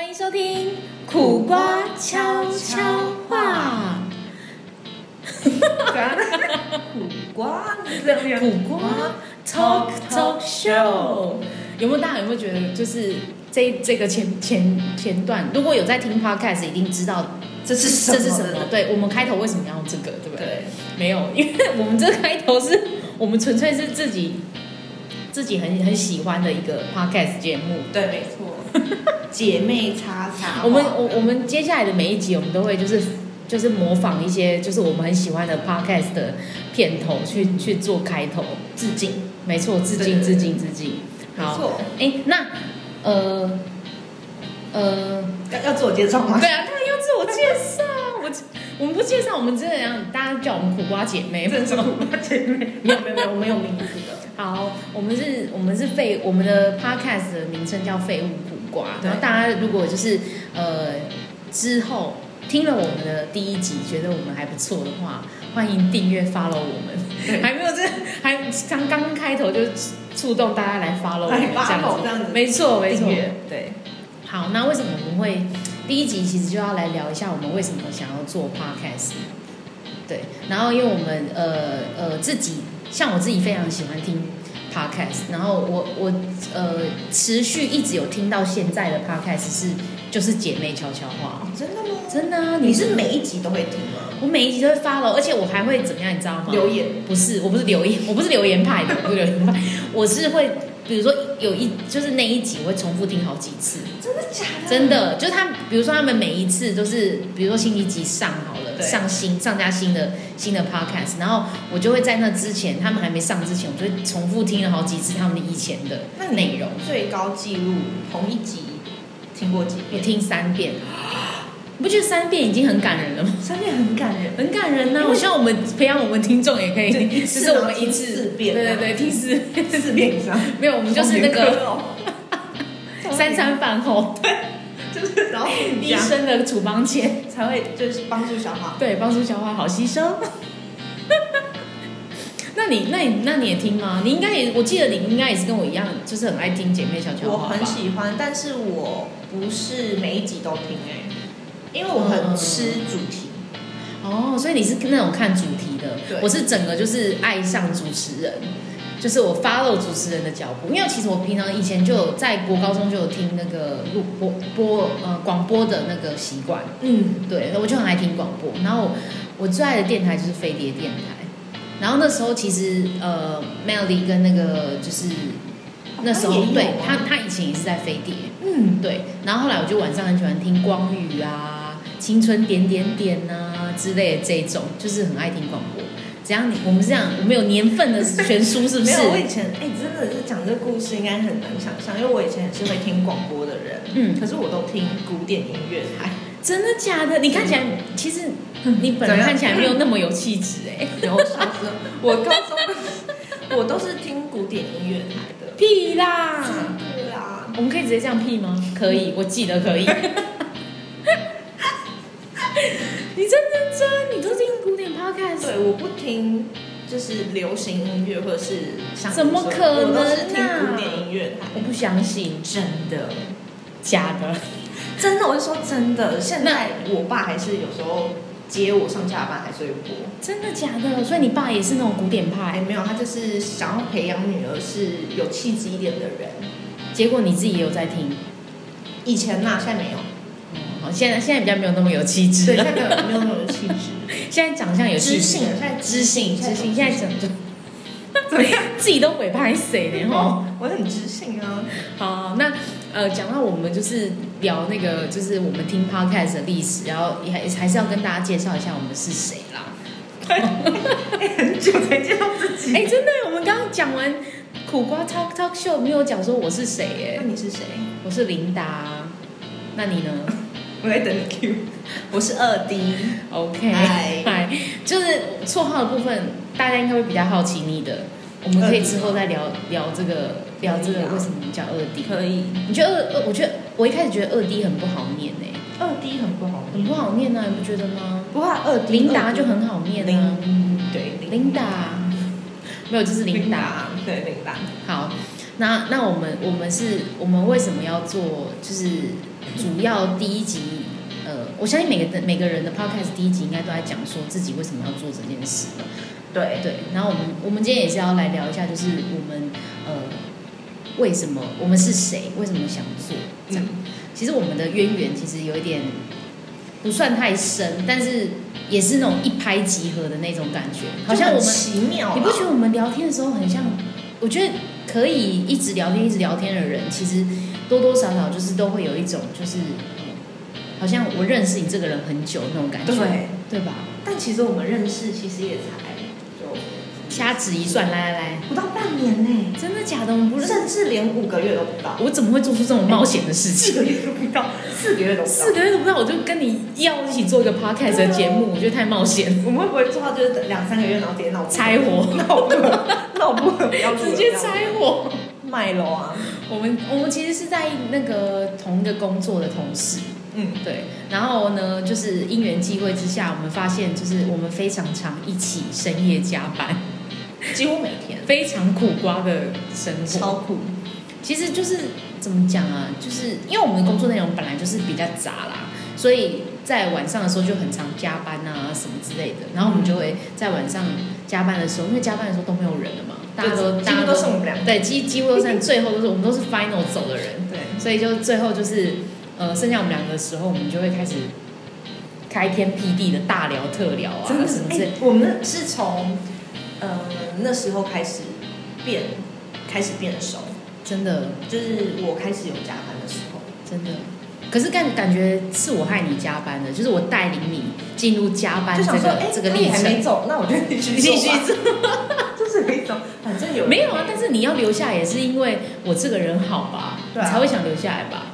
欢迎收听苦瓜悄悄话。 苦瓜 Talk Show， 大家有没有觉得就是这个前段，如果有在听 podcast， 一定知道这是什么？对，我们开头为什么要用这个，对不对？对，没有，因为我们这个开头是我们纯粹是自己很喜欢的一个 podcast 节目。 对，没错。姐妹叉叉， 我们接下来的每一集，我们都会就是模仿一些就是我们很喜欢的 podcast 的片头去做开头致敬。 没错，致敬。好，那要自我介绍吗？ 对啊，当然要自我介绍。我们不介绍，我们真的让大家叫我们苦瓜姐妹， 真是苦瓜姐妹。没有，我们有名字的。 好，我们的 podcast 的名称叫废物苦瓜。然后大家如果就是之后听了我们的第一集，觉得我们还不错的话，欢迎订阅 follow 我们。还没有刚刚开头就触动大家来 follow 我们这样子， 没错。 对。 好，那为什么我们会第一集其实就要来聊一下我们为什么想要做 podcast？ 对，然后因为我们自己像我自己非常喜欢听 podcast， 然后我持续一直有听到现在的 podcast 就是姐妹悄悄话。 真的吗？ 真的啊！ 你是每一集都会听吗？ 我每一集都会 follow， 而且我还会怎么样，你知道吗？ 留言？ 不是，我不是留言派的，我是会，比如说就是那一集我会重复听好几次。 真的假的？ 真的，就是比如说他们每一次都是，比如说星期几上好了，上架新的 podcast， 然后我就会在那之前，他们还没上之前，我就会重复听了好几次他们以前的内容。 最高纪录同一集听过几遍？ 我听3遍。你不觉得3遍已经很感人了吗 ？3遍很感人呐！我希望我们培养我们听众也可以，就是我们一次 4遍， 对，听4 遍以上。 没有，我们就是那个3餐饭后， 对，就是然后医生的处方前才会就是帮助消化， 对，帮助消化好吸收。那你也听吗？我记得你应该也是跟我一样，就是很爱听姐妹悄悄话。 我很喜欢，但是我不是每一集都听因为我很吃主题。 所以你是那种看主题的。我是整个就是爱上主持人，就是我 follow 主持人的脚步。因为其实我平常以前就有在国高中就有听那个广播的那个习惯。对，我就很爱听广播。然后我最爱的电台就是飞碟电台。然后那时候其实Melody 跟那个就是那时候对他以前也是在飞碟。对。然后后来我就晚上很喜欢听光宇啊、青春点点点啊之类的这种，就是很爱听广播。怎样？我们是这样，我们有年份的悬殊是不是？ 没有，我以前真的是讲这个故事应该很难想象，因为我以前也是会听广播的人。可是我都听古典音乐台。 真的假的？你看起来其实你本来看起来没有那么有气质有小时候，我高中我都是听古典音乐台的。 屁啦！ 对啦， 我们可以直接这样屁吗？可以，我记得可以。你真认真？你都听古典 podcast？ 对，我不听就是流行音乐或者是怎么可能啊？ 我都是听古典音乐台。 我不相信， 真的， 假的？ 真的，我是说真的。现在我爸还是有时候接我上下班还是会播。 真的假的？所以你爸也是那种古典派？ 没有，他就是想要培养女儿是有气质一点的人。结果你自己也有在听？ 以前现在没有。 好，现在比较没有那么有气质。 对，现在没有那么有气质。 现在长相有气质。 现在知性。现在整就自己都鬼拍谁的吼？ 我很知性啊。 好，那讲到我们就是聊那个就是我们听 podcast 的历史，然后还是要跟大家介绍一下我们是谁啦。 很久才介绍自己。 真的，我们刚刚讲完苦瓜 talk show 没有讲说我是谁那你是谁？ 我是琳达。那你呢？ 我在等你 Q。我是2D。OK。 嗨，就是绰号的部分，大家应该会比较好奇你的。我们可以之后再聊这个为什么叫2D？ 可以。 你觉得我觉得我一开始觉得2D 很不好念 2D 很不好念。 很不好念啊，你不觉得吗？ 不过2D。 琳达就很好念啊。 对。 琳达。没有，就是琳达。 对，琳达。 好，那我们为什么要做？就是主要第一集，我相信每个人的 podcast 第一集应该都在讲说自己为什么要做这件事。 对对，然后我们今天也是要来聊一下，就是我们为什么我们是谁，为什么想做这样。其实我们的渊源其实有一点不算太深，但是也是那种一拍即合的那种感觉，好像我们奇妙。 你不觉得我们聊天的时候很像？我觉得可以一直聊天的人，其实多多少少就是都会有一种就是好像我认识你这个人很久那种感觉，对吧？ 但其实我们认识其实也才掐指一算，来， 不到半年呢。 真的假的？我们不是， 甚至连5个月都不到。我怎么会做出这种冒险的事情 ？4个月都不到，4个月都不到，我就跟你要一起做一个 podcast 的节目，我觉得太冒险。 我们会不会做到就是2-3个月，然后直接拆伙， 闹不合， 直接拆伙， 卖了啊！ 我们其实是在那个同一个工作的同事。对，然后呢，就是因缘际会之下，我们发现就是我们非常常一起深夜加班， 几乎每天， 非常苦瓜的生活， 超苦。 其实就是怎么讲啊，就是因为我们的工作内容本来就是比较杂啦，所以在晚上的时候就很常加班啊什么之类的，然后我们就会在晚上加班的时候，因为加班的时候都没有人了嘛，大家都是我们俩， 对，几乎都是最后我们都是 final 走的人， 对， 所以就最后就是剩下我们2个的时候，我们就会开始开天辟地的大聊特聊啊， 真的什么之类。 我们是从那时候开始变熟， 真的， 就是我开始有加班的时候， 真的。可是感觉是我害你加班的，就是我带领你进入加班这个历程。 还没走，那我就继续做，就是没走，反正没有啊。但是你要留下也是因为我这个人好吧， 对啊， 你才会想留下来吧？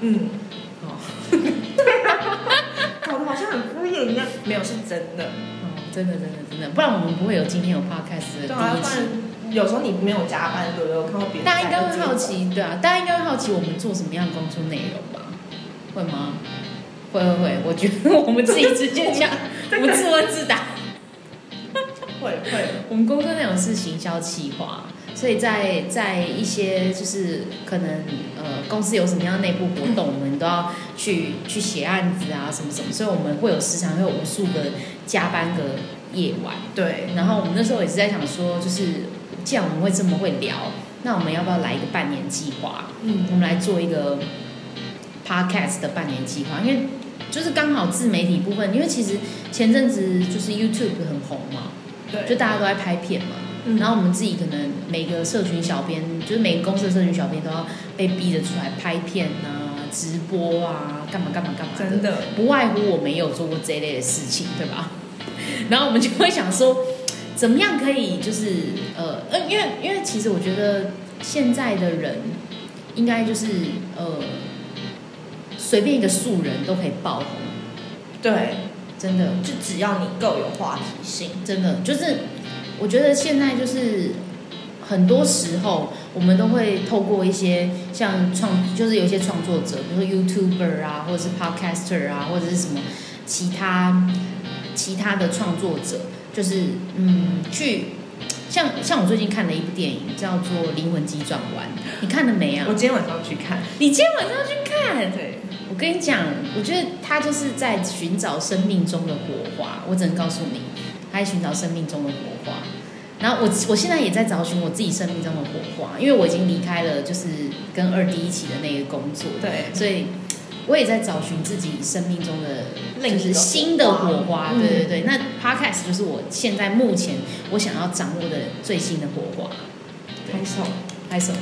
搞得好像很敷衍一样，没有，是真的。 真的，不然我们不会有今天有 podcast 的第一期。 有时候你没有加班，对不对？我看到别人， 大家应该会好奇，对啊，大家应该会好奇我们做什么样的工作内容吧？会吗？会，我觉得我们自己直接讲，我们自问自答。 会， 我们工作内容是行销企划，所以在一些就是可能公司有什么样的内部活动，我们都要去写案子啊什么，所以我们会有时常会有无数个加班的夜晚。对，然后我们那时候也是在想说，就是既然我们会这么会聊，那我们要不要来一个半年计划？我们来做一个 podcast 的半年计划，因为就是刚好自媒体部分，因为其实前阵子就是 YouTube 很红嘛，对，就大家都在拍片嘛。然后我们自己可能每个社群小编，就是每个公司的社群小编都要被逼着出来拍片啊、直播啊、干嘛的， 真的不外乎我们也有做过这一类的事情，对吧？然后我们就会想说，怎么样可以就是因为其实我觉得现在的人应该就是随便一个素人都可以爆红， 对， 真的， 就只要你够有话题性， 真的就是。我觉得现在就是很多时候，我们都会透过一些像就是有一些创作者，比如说 YouTuber 啊，或者是 Podcaster 啊，或者是什么其他的创作者，就是去像我最近看的一部电影叫做《灵魂急转弯》，你看了没啊？ 我今天晚上去看。 你今天晚上去看？ 对。 我跟你讲，我觉得他就是在寻找生命中的火花。我只能告诉你。他在寻找生命中的火花，然后我现在也在找寻我自己生命中的火花，因为我已经离开了就是跟2弟一起的那个工作， 对， 所以我也在找寻自己生命中的就是新的火花，对，那 Podcast 就是我现在目前我想要掌握的最新的火花。拍手！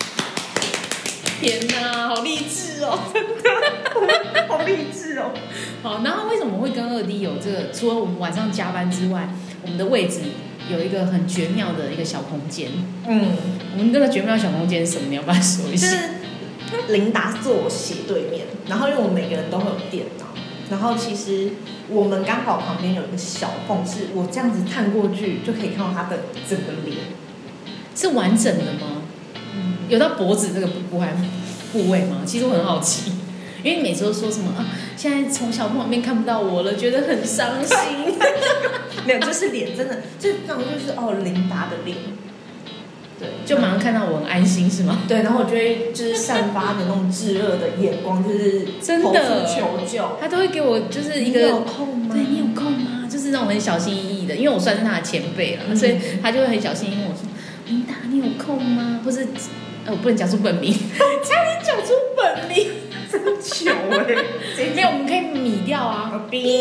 天哪，好励志哦，真的，好励志哦。 好，然后为什么会跟2弟有这个？除了我们晚上加班之外，我们的位置有一个很绝妙的一个小空间。我们这个绝妙小空间是什么？你要不要说一下？ 就是琳达坐我斜对面，然后因为我们每个人都会有电脑，然后其实我们刚好旁边有一个小缝，是我这样子探过去就可以看到他的整个脸， 是完整的吗？有到脖子这个部位吗？其实我很好奇，因为你每次都说什么啊，现在从小缝旁边看不到我了，觉得很伤心。 没有，就是脸真的，这种就是琳达的脸， 对， 就马上看到我很安心是吗？ 对，然后我就会就是散发的那种炙热的眼光，就是真的求救， 他都会给我就是一个你有空吗？ 对你有空吗？就是那种很小心翼翼的，因为我算是他的前辈了，所以他就会很小心翼翼问我说：“琳达，你有空吗？”或是我不能讲出本名，差点讲出本名， 真糗没有，我们可以抿掉啊，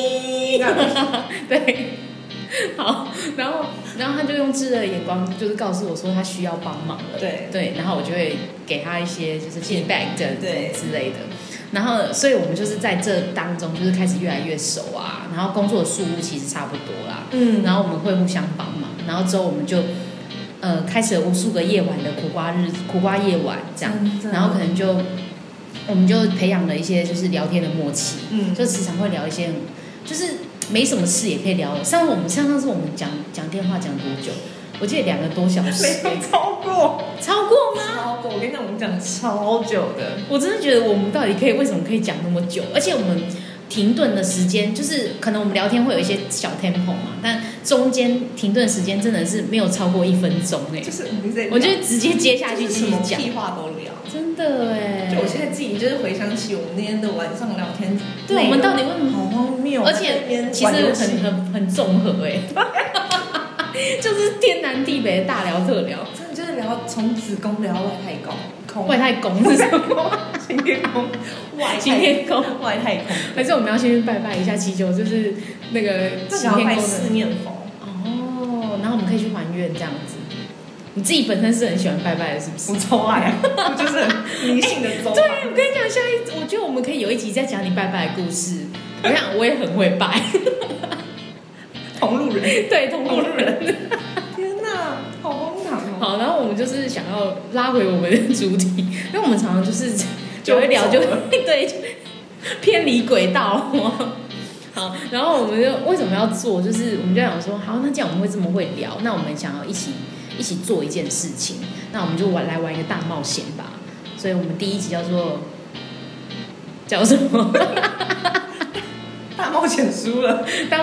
对。好，然后他就用炙热的眼光，就是告诉我说他需要帮忙了，对，然后我就会给他一些就是 feedback 之类的，然后所以我们就是在这当中就是开始越来越熟啊，然后工作的数目其实差不多啦，然后我们会互相帮忙，然后之后我们就开始了无数个夜晚的苦瓜夜晚这样，然后可能就我们就培养了一些就是聊天的默契，就时常会聊一些就是没什么事也可以聊。上次我们讲电话讲多久？我记得2个多小时， 没有超过吗？ 超过！我跟你讲，我们讲超久的。 我真的觉得我们到底为什么可以讲那么久？而且我们停顿的时间，就是可能我们聊天会有一些小 tempo 嘛，但中间停顿时间真的是没有超过1分钟哎。 就是我就直接接下去继续讲， 屁话都聊。 真的哎！ 就我现在自己就是回想起我们那天的晚上聊天， 对，我们到底为什么好荒谬？ 而且其实很综合哎，就是天南地北的大聊特聊， 真的就是聊从子宫聊到外太空。 外太空是什么？ 擎天宫，外太空。 还是我们要先去拜拜一下祈求，就是那个擎天宫的四面佛哦，然后我们可以去还愿这样子。你自己本身是很喜欢拜拜的，是不是？ 我超爱啊，我就是很迷信的宗。 对，我跟你讲，我觉得我们可以有一集在讲你拜拜的故事。我想我也很会拜， 同路人， 对，同路人。 天哪，好荒唐哦！ 好，然后我们就是想要拉回我们的主题，因为我们常常就是就会聊就对偏离轨道。好，然后我们就为什么要做？就是我们就想说，好，那既然我们会这么会聊，那我们想要一起做一件事情，那我们就来玩一个大冒险吧。所以我们第一集叫什么？ 大冒险输了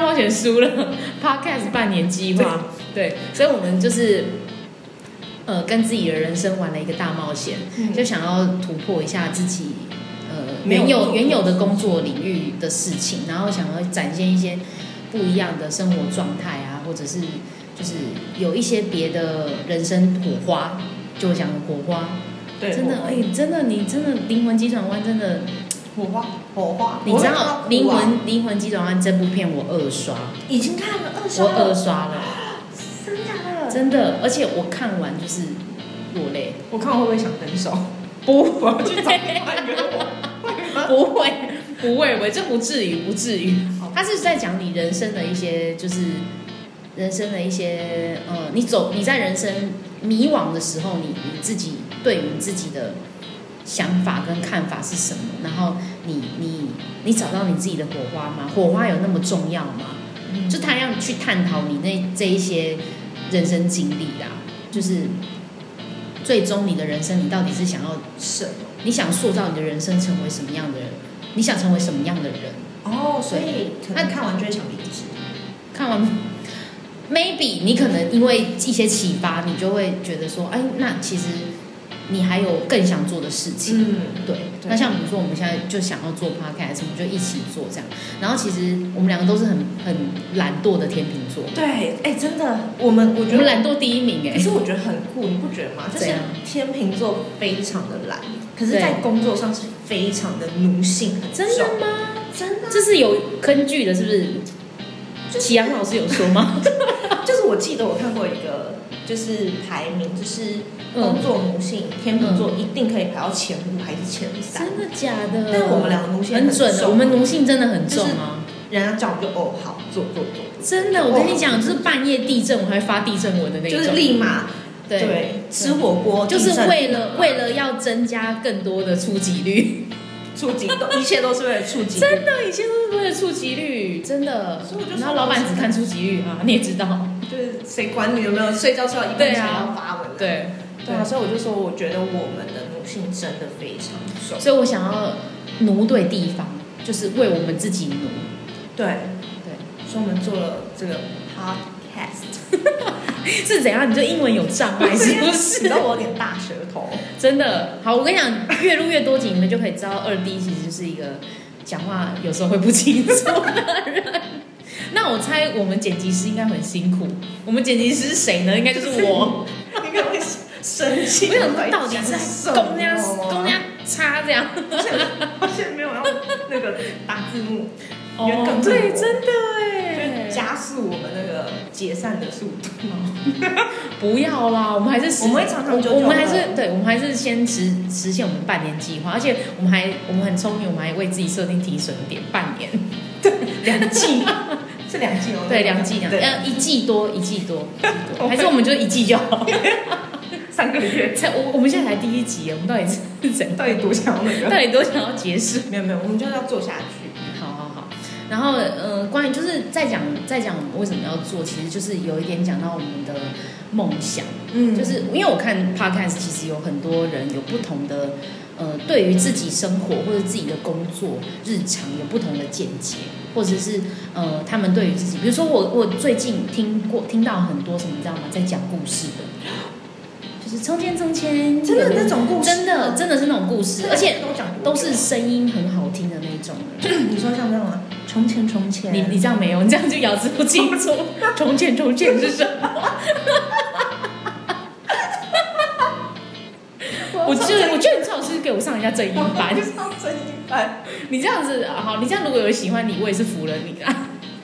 。Podcast 半年计划，对，所以我们就是跟自己的人生玩了一个大冒险，就想要突破一下自己原有的工作领域的事情，然后想要展现一些不一样的生活状态啊，或者是就是有一些别的人生火花，就我讲的火花， 对， 真的真的你真的灵魂急转弯真的。 火花， 你知道《灵魂急转弯》这部片我2刷， 已经看了2刷， 我2刷了， 真的， 真的，而且我看完就是落泪。 我看完会不会想分手？ 不会，去找另外一个我， 不会，这不至于。他是在讲你人生的一些，就是人生的一些，你在人生迷惘的时候，你自己对于你自己的想法跟看法是什么？然后你找到你自己的火花吗？火花有那么重要吗？就他要去探讨你这一些人生经历啦，就是最终你的人生，你到底是想要什么？你想塑造你的人生成为什么样的人？你想成为什么样的人？ 哦，所以可能看完就会想离职。看完 ，maybe 你可能因为一些启发，你就会觉得说，哎，那其实。你还有更想做的事情，对。那像比如说，我们现在就想要做 podcast，我们就一起做这样。然后其实我们2个都是很懒惰的天秤座。 对，真的，我觉得我们懒惰第1名可是我觉得很酷，你不觉得吗？就是天秤座非常的懒，可是在工作上是非常的奴性很重。 真的吗？ 真的， 这是有根据的，是不是？启阳老师有说吗？ 就是我记得我看过一个，就是排名，就是工作奴性，天秤座一定可以排到前5还是前3？ 真的假的？ 但我们2个奴性很准的，我们奴性真的很重啊。 人家叫我就好做。 真的，我跟你讲，就是半夜地震，我还会发地震文的那种， 就是立马对吃火锅， 就是为了要增加更多的触及率。 一切都是为了触及率， 真的，一切都是为了触及率，真的。然后老板只看触及率啊，你也知道， 就是谁管你有没有睡觉睡到一半想要发文？ 对啊，所以我就说，我觉得我们的奴性真的非常重， 所以我想要奴对地方，就是为我们自己奴。 对，所以我们做了这个 podcast。 是怎样？你这英文有障碍是不是？ 你知道我有点大舌头， 真的。好，我跟你讲，越录越多集，你们就可以知道2D 其实就是一个讲话有时候会不清楚的人。那我猜我们剪辑师应该很辛苦。我们剪辑师是谁呢？应该就是我。 应该会生气。 我想说到底是公家插这样。 好像没有要那个打字幕。 哦，对，真的哎， 加速我们那个解散的速度。 不要啦，我们还是我们会长长久久。 我们还是对，我们还是先实现我们半年计划，而且我们很聪明，我们还为自己设定提损点，半年，对，2季。 是2季哦， 对，2季1季多，还是我们就1季就好 ，3个月。 我们现在才第1集，我们到底是怎样？ 到底多想要那个？ 到底多想要结束？ 没有，我们就是要做下去。 好。然后关于就是再讲我们为什么要做，其实就是有一点讲到我们的梦想，就是因为我看 podcast 其实有很多人有不同的对于自己生活或者自己的工作日常有不同的见解，或者是他们对于自己，比如说我最近听到很多什么，你知道吗？在讲故事的，就是从前真的那种故事， 真的是那种故事，而且都是声音很好听的那种。 你说像这样吗？从前， 你这样没有，你这样就咬字不清楚。从前是什么？我觉得你最好是给我上一下正音班。 上正音班， 你这样子好，你这样如果有人喜欢你，我也是服了你啊。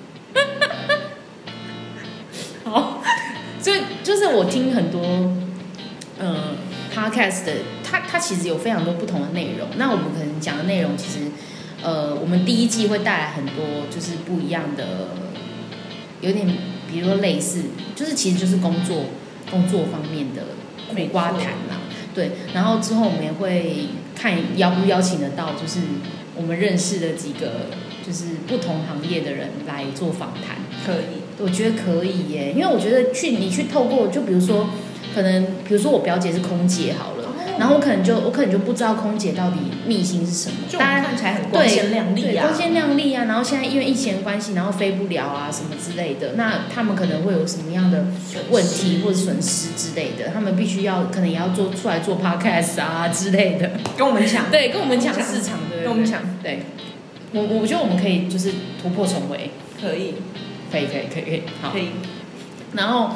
好，所以就是我听很多podcast 的，它其实有非常多不同的内容。那我们可能讲的内容，其实我们第1季会带来很多就是不一样的，有点比如说类似，就是其实就是工作方面的苦瓜谈啦。对，然后之后我们也会看邀不邀请得到，就是我们认识的几个就是不同行业的人来做访谈。 可以， 我觉得可以耶，因为我觉得你去透过，就比如说比如说我表姐是空姐好了，然后我可能就不知道空姐到底秘辛是什么， 大家看起来很光鲜亮丽啊， 光鲜亮丽啊，然后现在因为疫情的关系，然后飞不了啊什么之类的，那他们可能会有什么样的问题或者损失之类的，他们必须可能也要出来做 podcast 啊之类的， 跟我们抢， 对，跟我们抢市场，对， 跟我们抢， 对，我觉得我们可以就是突破重围， 可以， 好， 可以， 然后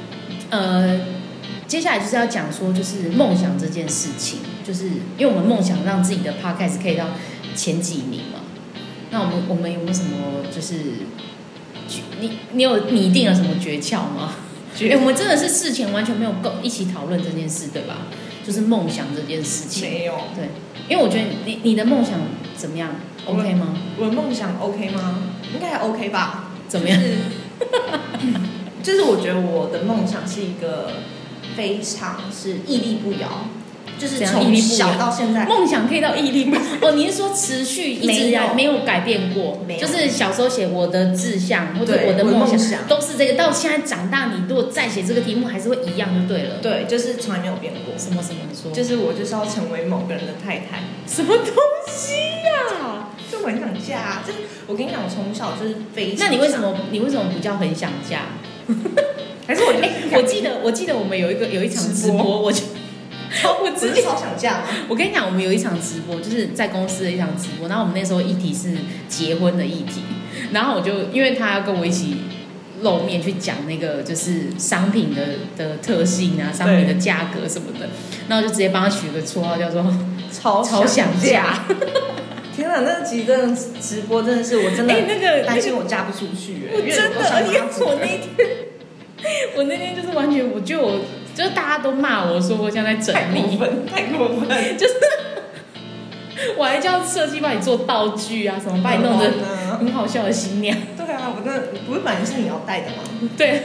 接下来就是要讲说，就是梦想这件事情，就是因为我们梦想让自己的 podcast 可以到前几名嘛。那我们有没有什么就是你有拟定了什么诀窍吗？我们真的是事前完全没有一起讨论这件事，对吧？就是梦想这件事情没有， 对，因为我觉得你的梦想怎么样 ？OK 吗？ 我的梦想 OK 吗？应该还 OK 吧？ 怎么样？ 就是我觉得我的梦想是一个非常是屹立不摇，就是从小到现在， 梦想可以到屹立不摇。哦，你是说持续一直没有改变过？就是小时候写我的志向或者我的梦想都是这个，到现在长大，你如果再写这个题目，还是会一样就对了。 对，就是从来没有变过。 什么说？ 就是我就是要成为某个人的太太。 什么东西呀？ 就很想嫁，就是我跟你讲，我从小就是非常。 那你为什么比较很想嫁？ 还是我记得我们有一场直播，我自己超想嫁吗？ 我跟你讲，我们有一场直播，就是在公司的一场直播，然后我们那时候议题是结婚的议题，然后我就因为他要跟我一起露面去讲那个就是商品的特性啊，商品的价格什么的，然后就直接帮他取个绰号叫做超想嫁。 天哪，那集真的直播真的是我真的担心我嫁不出去， 真的，而且我那天就是完全，我就是大家都骂我说我像在整理， 太过分， 就是我还叫设计帮你做道具啊，什么把你弄得很好笑的新娘。 对啊，我真的不是本来是你要带的吗？ 对。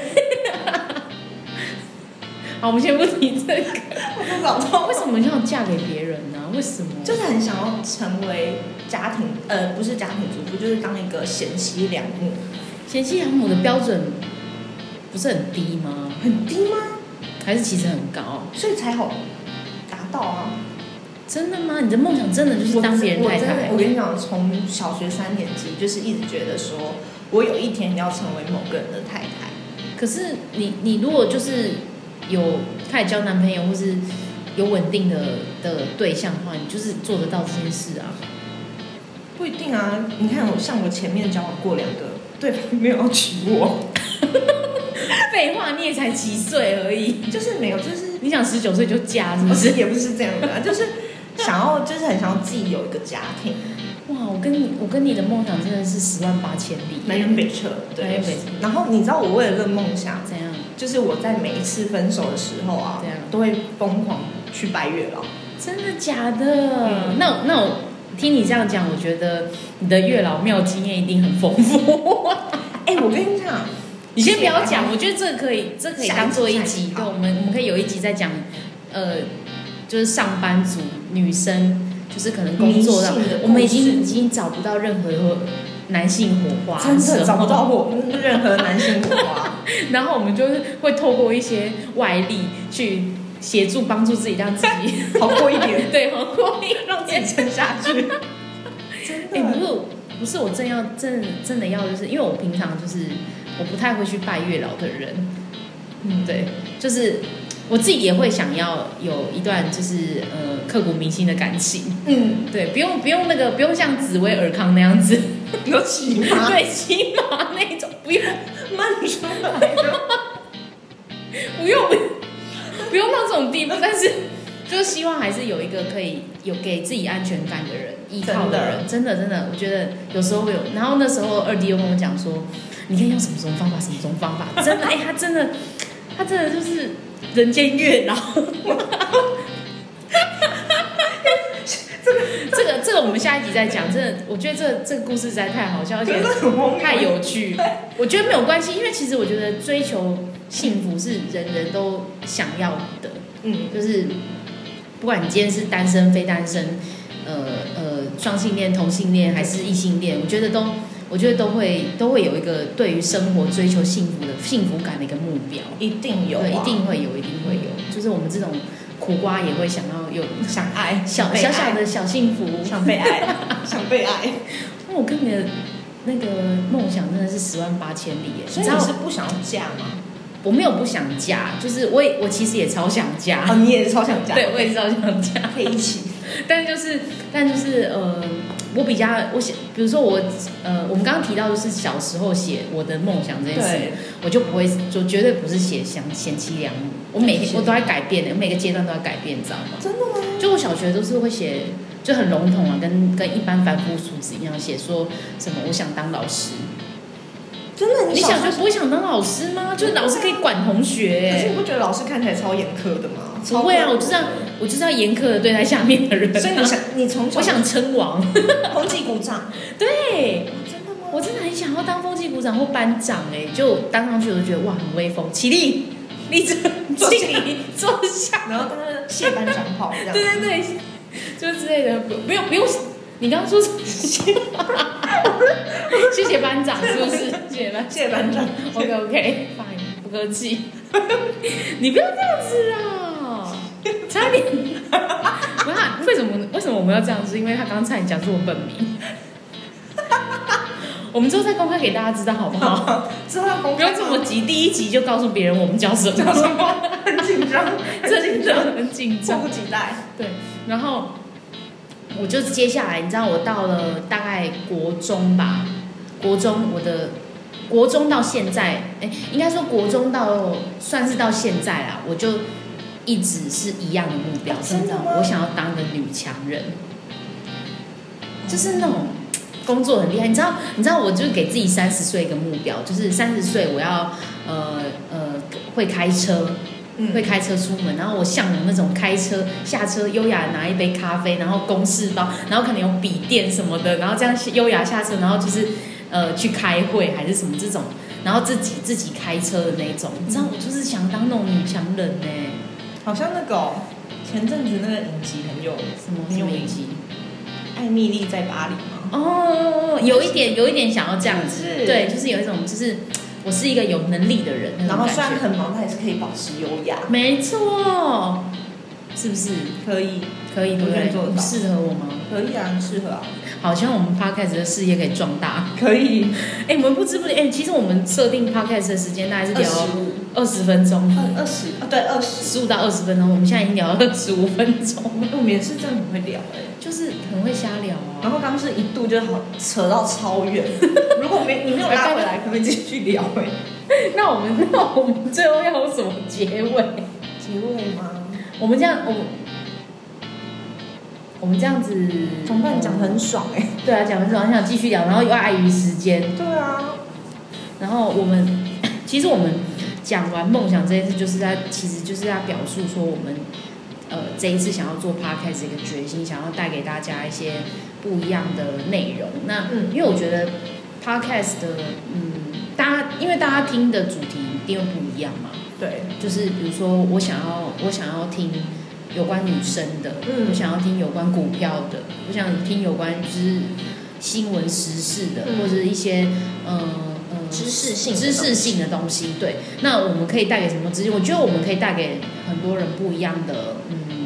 好，我们先不提这个。 我不早知道为什么要嫁给别人呢？为什么？ 就是很想要成为家庭，不是家庭主妇，就是当一个贤妻良母。 贤妻良母的标准不是很低吗？ 很低吗？ 还是其实很高？ 所以才好达到啊！ 真的吗？你的梦想真的就是当别人太太？ 我跟你讲，从小学3年级就是一直觉得说，我有一天要成为某个人的太太。 可是你如果就是有开始交男朋友，或是有稳定的对象的话，你就是做得到这件事啊。 不一定啊，你看像我前面交往过2个，对方没有要娶我。 废话，你也才几岁而已， 就是没有，就是你想19岁就嫁是不是？ 也不是这样的、啊，就是想要，就是很想要自己有一个家庭。 哇，我跟你的梦想真的是10万8千里， 南辕北辙，对，南辕北辙。然后你知道我为了这个梦想怎样？ 就是我在每一次分手的时候啊，都会疯狂去拜月老。 真的假的？那我听你这样讲，我觉得你的月老庙经验一定很丰富。 我跟你讲， 你先不要讲，我觉得这可以当做一集，对，我们可以有一集在讲，就是上班族女生，就是可能工作到，我们已经找不到任何男性火花， 真的找不到任何男性火花。 然后我们就是会透过一些外力去协助帮助自己，让自己好过一点， 对，好过一点， 让自己撑下去。真的， 不是我真的要，就是因为我平常就是我不太会去拜月老的人，对，就是我自己也会想要有一段就是刻骨铭心的感情，对，不用像紫薇尔康那样子， 有骑马， 对，骑马那种，不用慢出来的， 不用到这种地步，但是就是希望还是有一个可以有给自己安全感的人，依靠的人，真的，我觉得有时候会有。然后那时候2D 又跟我讲说，你可以用什么方法，真的，他真的就是人间月老。这个我们下一集再讲。真的，我觉得这个故事实在太好笑，而且太有趣。我觉得没有关系，因为其实我觉得追求幸福是人人都想要的。就是不管你今天是单身、非单身，双性恋、同性恋还是异性恋，我觉得都会有一个对于生活追求幸福感的一个目标。 一定有、啊， 对，一定会有。就是我们这种苦瓜也会想要有想爱， 小小的小幸福， 想被爱，想被爱。 那我跟你的那个梦想真的是10万8千里耶。 所以你是不想要嫁吗？ 我没有不想嫁，就是我其实也超想嫁。 你也是超想嫁？ 对，我也是超想嫁， 可以一起。但就是我比较比如说我们刚刚提到就是小时候写我的梦想这件事，我就不会，就绝对不是写贤妻良母。我每天我都在改变的，我每个阶段都在改变，你知道吗？ 真的吗？ 就我小学都是会写，就很笼统啊，跟一般凡夫俗子一样，写说什么我想当老师。 真的， 你小学不会想当老师吗？就是老师可以管同学。 可是你不觉得老师看起来超严苛的吗？ 不会啊，我就是要严苛的对待下面的人。 所以你从小我想称王， 风纪股长。 对， 真的吗？ 我真的很想要当风纪股长或班长就当上去我就觉得哇很威风，起立，立正，坐下， 然后跟他谢班长好这样。 对，就之类的，不用。你刚刚说谢谢班长是不是？谢谢班长。OK， fine， 不客气。你不要这样子啊！差点。为什么我们要这样子？因为他刚刚差点讲出我本名。我们之后再公开给大家知道好不好？ 之后要公开， 不用这么急，第1集就告诉别人我们叫什么。 很紧张， 很紧张， 迫不及待。 对，然后我就接下来，你知道我到了大概国中吧，国中到现在，应该说国中算是到现在啦，我就一直是一样的目标，你知道吗？我想要当个女强人，就是那种工作很厉害。你知道，我就给自己30岁一个目标，就是30岁我要会开车。会开车出门，然后我向往那种开车下车优雅拿一杯咖啡，然后公事包，然后可能有笔电什么的，然后这样优雅下车，然后就是去开会还是什么这种，然后自己开车的那种。你知道我就是想当那种女强人呢。 好像那个前阵子那个影集很有影集， 艾蜜莉在巴黎吗？ 哦，有一点想要这样子，对，就是有一种就是我是一个有能力的人， 然后虽然很忙，但也是可以保持优雅。 没错，是不是？ 可以， 对不对？ 做得到。 适合我吗？ 可以啊，很适合啊。 好，希望我们 podcast 的事业可以壮大。 可以。 我们不知不觉，其实我们设定 podcast 的时间大概是聊20分钟对，15 到20分钟，我们现在已经聊了25分钟。 我们也是真的很会聊就是很会瞎聊啊。 然后刚刚是一度就好扯到超远，如果你没有拉回来，可不可以继续聊那我们最后要有什么结尾？ 结尾吗？ 我们这样子， 同伴讲得很爽对啊，讲得很爽，想继续聊，然后又碍于时间。 对啊。 然后其实我们讲完梦想这件事，其实就是在表述说我们这一次想要做 podcast 的一个决心，想要带给大家一些不一样的内容。那因为我觉得 podcast 的因为大家听的主题一定会不一样嘛。对，就是比如说我想要听有关女生的，我想要听有关股票的，我想听有关就是新闻时事的，或者一些知识性的东西。对，那我们可以带给什么资讯？我觉得我们可以带给很多人不一样的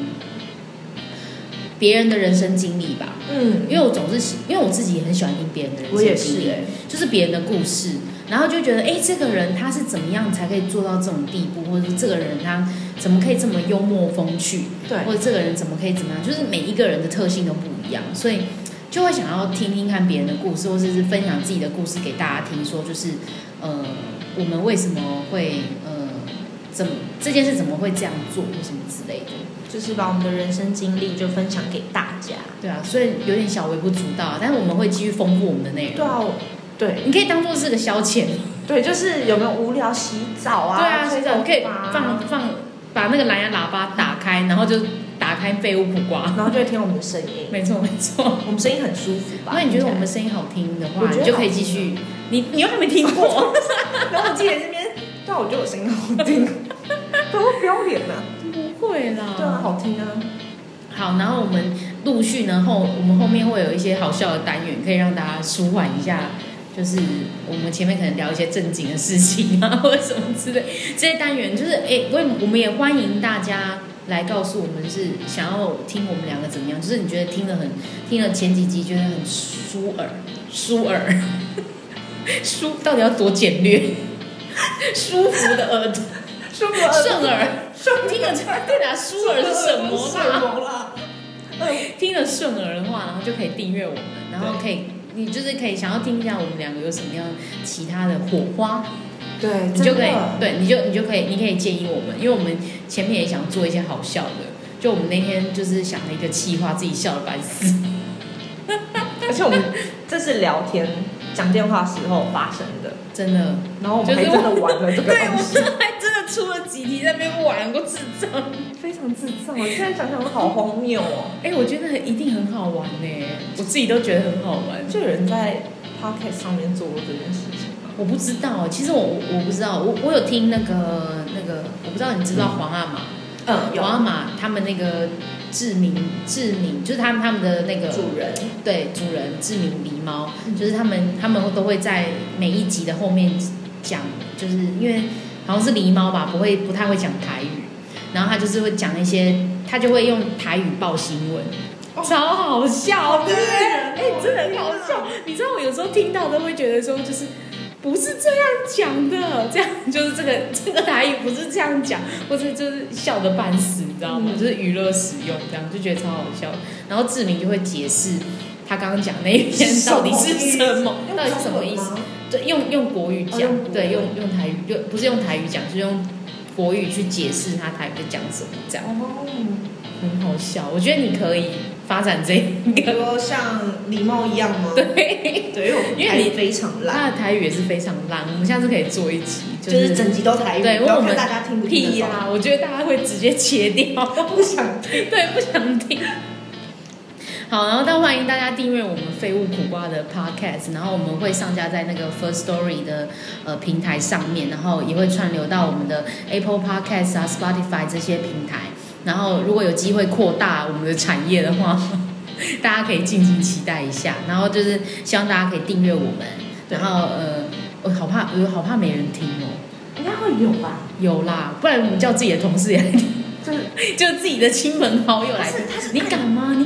别人的人生经历吧。因为我自己也很喜欢听别人的人生经历，就是别人的故事。然后就觉得，这个人他是怎么样才可以做到这种地步，或者是这个人他怎么可以这么幽默风趣，对，或者这个人怎么可以怎么样，就是每一个人的特性都不一样，所以就会想要听听看别人的故事，或者是分享自己的故事给大家听，说就是我们为什么会这件事怎么会这样做，或什么之类的， 就是把我们的人生经历就分享给大家。 对啊，所以有点小微不足道，但是我们会继续丰富我们的内容。 对啊。对， 你可以当做是个消遣。 对，就是有没有无聊洗澡啊？ 对啊，洗澡我可以把那个蓝牙喇叭打开，然后就打开废物苦瓜， 然后就会听我们的声音。 没错， 我们声音很舒服吧？ 那你觉得我们声音好听的话，你就可以继续。你又还没听过， 然后我记得这边，对啊，我觉得我声音好听，怎么不要脸呢？ 不会啦， 对啊，好听啊。 好，然后我们陆续呢我们后面会有一些好笑的单元，可以让大家舒缓一下。就是我们前面可能聊一些正经的事情啊，或者什么之类，这些单元就是我们也欢迎大家来告诉我们，就是想要听我们两个怎么样，就是你觉得听了前几集觉得很舒耳，到底要多简略？舒服的耳朵，顺耳，听了对啦，舒耳是什么啦？听了顺耳的话，然后就可以订阅我们，然后你就是可以想要听一下我们两个有什么样其他的火花， 对， 你就可以，对，你可以建议我们，因为我们前面也想做一些好笑的，就我们那天就是想了一个企划，自己笑得半死， 而且我们这是聊天讲电话时候发生的， 真的， 然后我们还真的玩了这个东西， 对，我们还真的出了几题在那边玩过智障， 非常智障，我现在想想都好荒谬哦。 我觉得一定很好玩呢，我自己都觉得很好玩。 就有人在 podcast 上面做过这件事情吗？ 我不知道，其实我不知道，我有听那个，我不知道你知道黄阿玛，黄阿玛他们那个志明就是他们的那个主人志明狸猫，就是他们都会在每一集的后面讲，就是因为好像是狸猫吧，不太会讲台语，然后他就是会讲一些，他就会用台语报新闻。超好笑的，真的很好笑。你知道我有时候听到都会觉得说，就是不是这样讲的，这样就是这个台语不是这样讲，或者就是笑得半死，你知道吗？就是娱乐使用这样，就觉得超好笑。然后志明就会解释他刚刚讲那一篇到底是什么，到底是什么意思？对，用国语讲，对，用台语，不是用台语讲，是用国语去解释他台语在讲什么，这样。很好笑，我觉得你可以发展这个， 说像狸猫一样吗？ 对， 因为台语非常烂， 他的台语也是非常烂。我们下次可以做一集， 就是整集都台语， 对，因为我们大家听不听屁呀，我觉得大家会直接切掉， 不想听， 对，不想听。好，然后但欢迎大家订阅我们废物苦瓜的 podcast， 然后我们会上架在那个 First Story 的平台上面，然后也会串流到我们的 Apple Podcast 啊、Spotify 这些平台。然后如果有机会扩大我们的产业的话，大家可以敬请期待一下。然后就是希望大家可以订阅我们。然后我好怕没人听哦。 应该会有吧？ 有啦，不然我们叫自己的同事也来听。就自己的亲朋好友来听，你敢吗？你敢吗？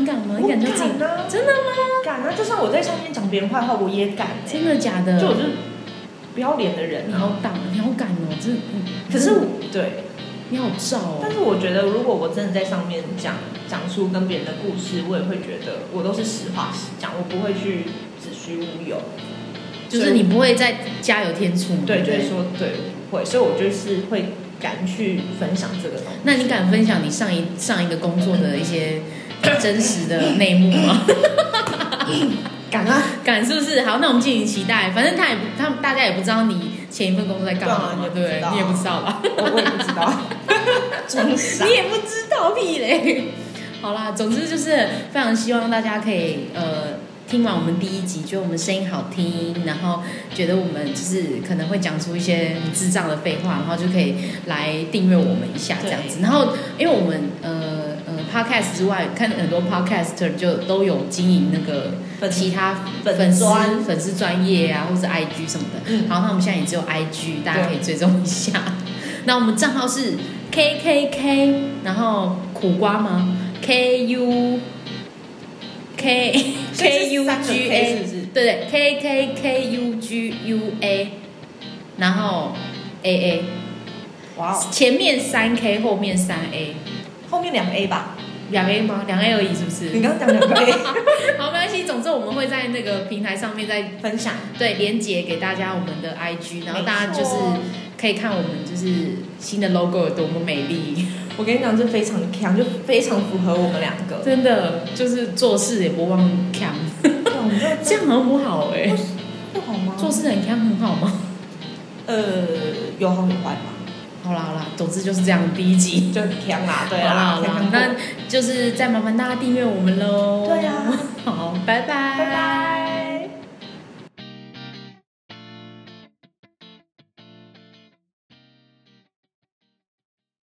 还敢就自己啊？ 真的吗？ 敢啊！就算我在上面讲别人坏话，我也敢、欸。 真的假的？ 就我就是不要脸的人、啊。 你好挡，你好敢哦！ 可是对， 你好照哦。 但是我觉得，如果我真的在上面讲出跟别人的故事，我也会觉得我都是实话实讲，我不会去子虚乌有。 就是你不会再加油添醋。 对，就是说对，不会，所以我就是会敢去分享这个东西。 那你敢分享你上一个工作的一些真实的内幕吗？ 敢啊， 敢是不是？好，那我们敬请期待。反正大家也不知道你前一份工作在干嘛嘛，对不对？你也不知道吧？ 我也不知道，装傻。 你也不知道屁嘞。好啦，总之就是非常希望大家可以听完我们第1集，觉得我们声音好听，然后觉得我们就是可能会讲出一些很智障的废话，然后就可以来订阅我们一下这样子。然后因为我们podcast 之外，看很多 podcaster 就都有经营那个其他粉丝专业啊，或是 IG 什么的。然后他们现在也只有 IG， 大家可以追踪一下。那我们账号是 KKK， 然后苦瓜吗？KUGA， 对KKKUGUA， 然后 AA， 哇， 前面3K， 后面3A， 后面2A 吧 ？2A 吗？2A 而已，是不是？ 你刚刚讲2A， 好，没关系。总之我们会在那个平台上面再分享， 对，连结给大家我们的 IG， 然后大家就是可以看我们就是新的 logo 有多么美丽。 我跟你讲，这非常强，就非常符合我们2个。 真的，就是做事也不忘强。这样好像不好哎、欸。 不好吗？ 做事很强很好吗？ 有好有坏吧。 好啦，总之就是这样，第1集就很强啦，对啊。 好啦，那就是再麻烦大家订阅我们喽。 对啊， 好，拜拜。